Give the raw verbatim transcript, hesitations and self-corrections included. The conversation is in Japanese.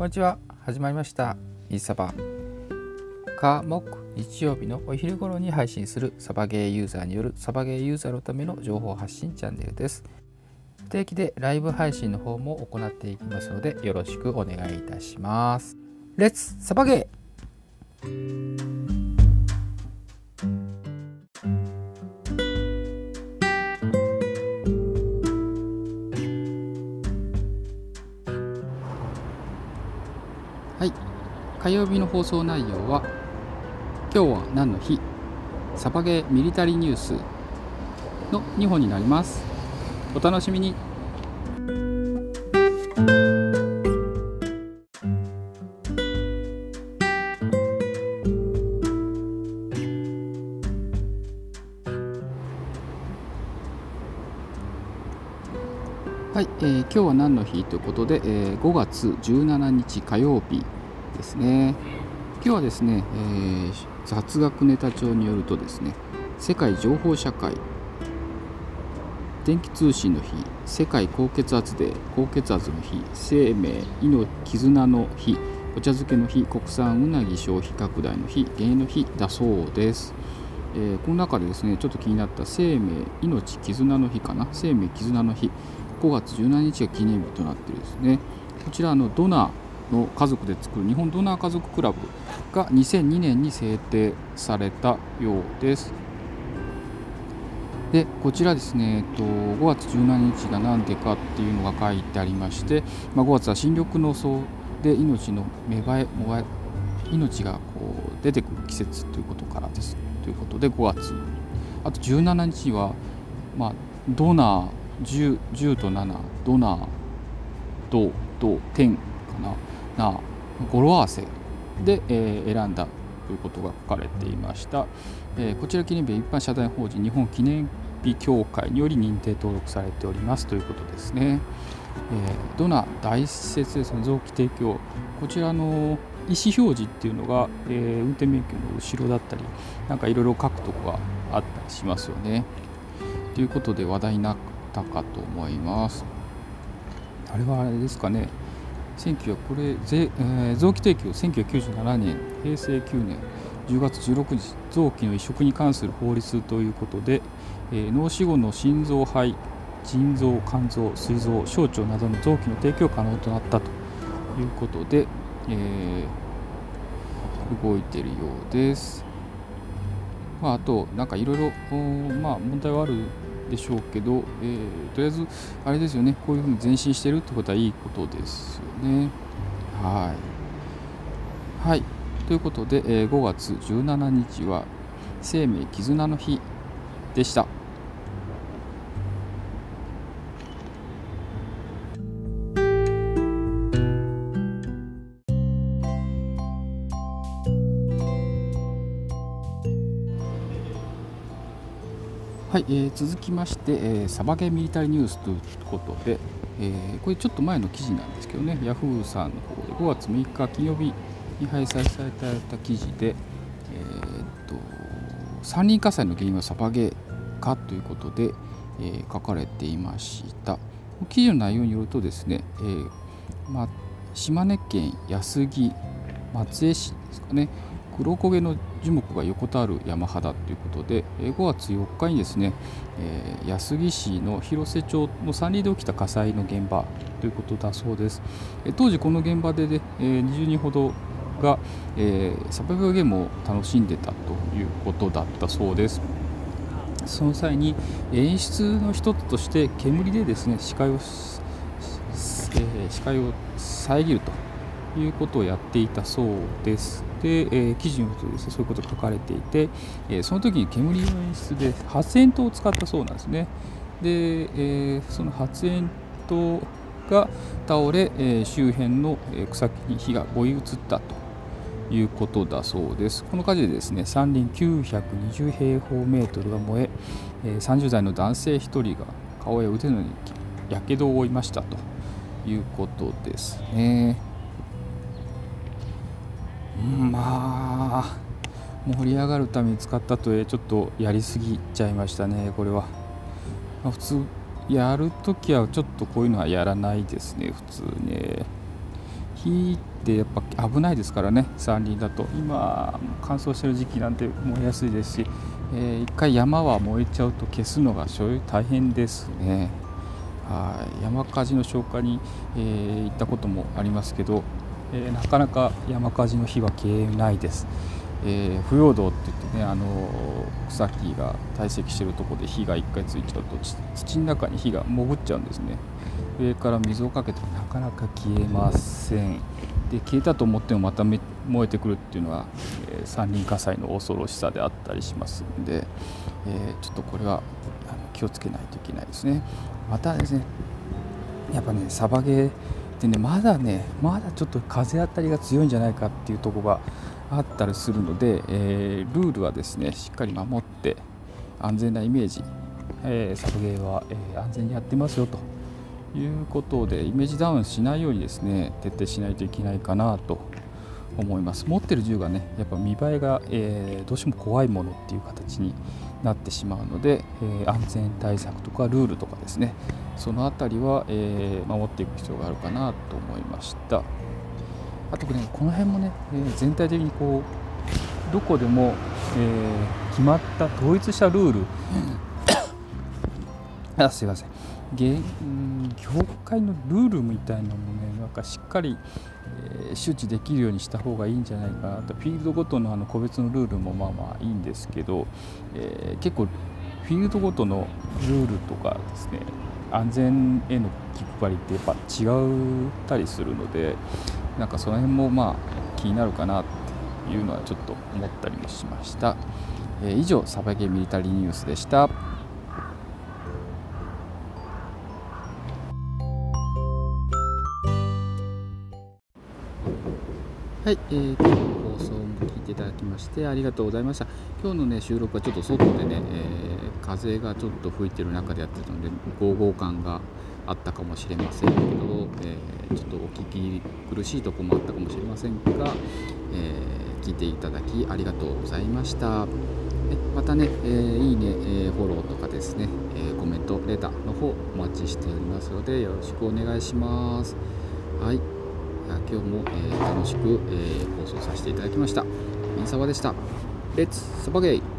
こんにちは。始まりましたいいサバ。火木日曜日のお昼頃に配信するサバゲーユーザーによるサバゲーユーザーのための情報発信チャンネルです。不定期でライブ配信の方も行っていきますのでよろしくお願いいたします。レッツサバゲー。はい、火曜日の放送内容は今日は何の日、サバゲーミリタリーニュースのにほんになります。お楽しみに。はい、えー、今日は何の日ということで、えー、ごがつじゅうしちにち火曜日ですね。今日はですね、えー、雑学ネタ帳によるとですね、世界情報社会、電気通信の日、世界高血圧デー、高血圧の日、生命、命、絆の日、お茶漬けの日、国産うなぎ消費拡大の日、原油の日だそうです。えー、この中でですね、ちょっと気になった生命、命、絆の日かな、生命、絆の日、ごがつじゅうしちにちが記念日となっているですね。こちらのドナーの家族で作る日本ドナー家族クラブがにせんにねんに制定されたようです。でこちらですね、えっと、ごがつじゅうしちにちが何でかっていうのが書いてありまして、まあ、ごがつは新緑の層で命の芽生えもえ命がこう出てくる季節ということからですということでごがつ、あとじゅうしちにちは、まあ、ドナーじゅう、じゅうとなな、ドナー、ド、ド、テンかな、な、語呂合わせで、えー、選んだということが書かれていました。えー、こちら記念日は一般社団法人日本記念日協会により認定登録されておりますということですね。えー、ドナー大施設ですね、臓器提供、こちらの意思表示っていうのが、えー、運転免許の後ろだったりなんかいろいろ書くとこがあったりしますよね。ということで話題になったかと思います。あれはあれですかね、せんきゅうひゃくこれ、えー、臓器提供せんきゅうひゃくきゅうじゅうななねんへいせいきゅうねんじゅうがつじゅうろくにち臓器の移植に関する法律ということで、えー、脳死後の心臓、肺、腎臓、肝臓、膵臓、小腸などの臓器の提供可能となったということで、えー、動いているようです。まあ、あとなんかいろいろまあ問題はあるでしょうけど、えー、とりあえずあれですよね、こういうふうに前進してるってことはいいことですよね。はい、はい、ということで、えー、ごがつじゅうしちにちは生命絆の日でした。はい、えー、続きまして、えー、サバゲーミリタリーニュースということで、えー、これちょっと前の記事なんですけどね、ヤフーさんの方でごがつむいか金曜日に配信された記事で、えー、っと山林火災の原因はサバゲーかということで、えー、書かれていました。記事の内容によるとですね、えーま、島根県安来松江市ですかね、黒焦げの樹木が横たわる山肌ということで、ごがつよっかにですね、えー、安来市の広瀬町の山林で起きた火災の現場ということだそうです。えー、当時この現場で、ねえー、にじゅうにんほどが、えー、サバゲーゲームを楽しんでたということだったそうです。その際に演出の一つとして煙でですね視界を、えー、視界を遮るということをやっていたそうです。で、えー、記事によるとですね、そういうことが書かれていて、えー、その時に煙の演出で発煙筒を使ったそうなんですね。で、えー、その発煙筒が倒れ、えー、周辺の草木に火が燃え移ったということだそうです。この火事でですね、山林きゅうひゃくにじゅうへいほうメートルが燃え、えー、さんじゅうだいの男性ひとりが顔や腕のにやけどを負いましたということですね。まあ盛り上がるために使ったとえちょっとやりすぎちゃいましたね。これは、まあ、普通やるときはちょっとこういうのはやらないですね。普通ね、 火ってやっぱ危ないですからね、山林だと。今乾燥してる時期なんて燃えやすいですし、えー、一回山は燃えちゃうと消すのが正直大変ですね。はい、山火事の消火に、えー、行ったこともありますけど、えー、なかなか山火事の火は消えないです。えー、腐葉土って言ってね、あのー、草木が堆積しているところで火がいっかいついちゃうと土の中に火が潜っちゃうんですね。上から水をかけてもなかなか消えません。で消えたと思ってもまた燃えてくるっていうのは、えー、山林火災の恐ろしさであったりしますので、えー、ちょっとこれはあの気をつけないといけないですね。またですね、やっぱねサバゲーってね、まだねまだちょっと風当たりが強いんじゃないかっていうところがあったりするので、えー、ルールはですねしっかり守って安全なイメージ、えー、サバゲーは、えー、安全にやってますよということで、イメージダウンしないようにですね徹底しないといけないかなと思います。持ってる銃がねやっぱ見栄えが、えー、どうしても怖いものっていう形になってしまうので、えー、安全対策とかルールとかですね、そのあたりは、えー、守っていく必要があるかなと思いました。あとねこの辺もね、えー、全体的にこうどこでも、えー、決まった統一したルールあすいません業界のルールみたいなのもねなんかしっかり、えー、周知できるようにした方がいいんじゃないかなと。フィールドごとのあの個別のルールもまあまあいいんですけど、えー、結構フィールドごとのルールとかですね、安全への気配りってやっぱ違ったりするので、なんかその辺もまあ気になるかなっていうのはちょっと思ったりもしました。えー、以上サバゲーミリタリーニュースでした。はい、えー、今日の放送も聞いていただきましてありがとうございました。今日のね収録はちょっと外でね、えー、風がちょっと吹いてる中でやってたのでゴーゴー感があったかもしれませんけど、えー、ちょっとお聞き苦しいところもあったかもしれませんが、えー、聞いていただきありがとうございました。えまたね、えー、いいね、えー、フォローとかですね、えー、コメントレターの方お待ちしておりますのでよろしくお願いします。はい、今日も、えー、楽しく、えー、放送させていただきました。インサバでした。レッツサバゲイ。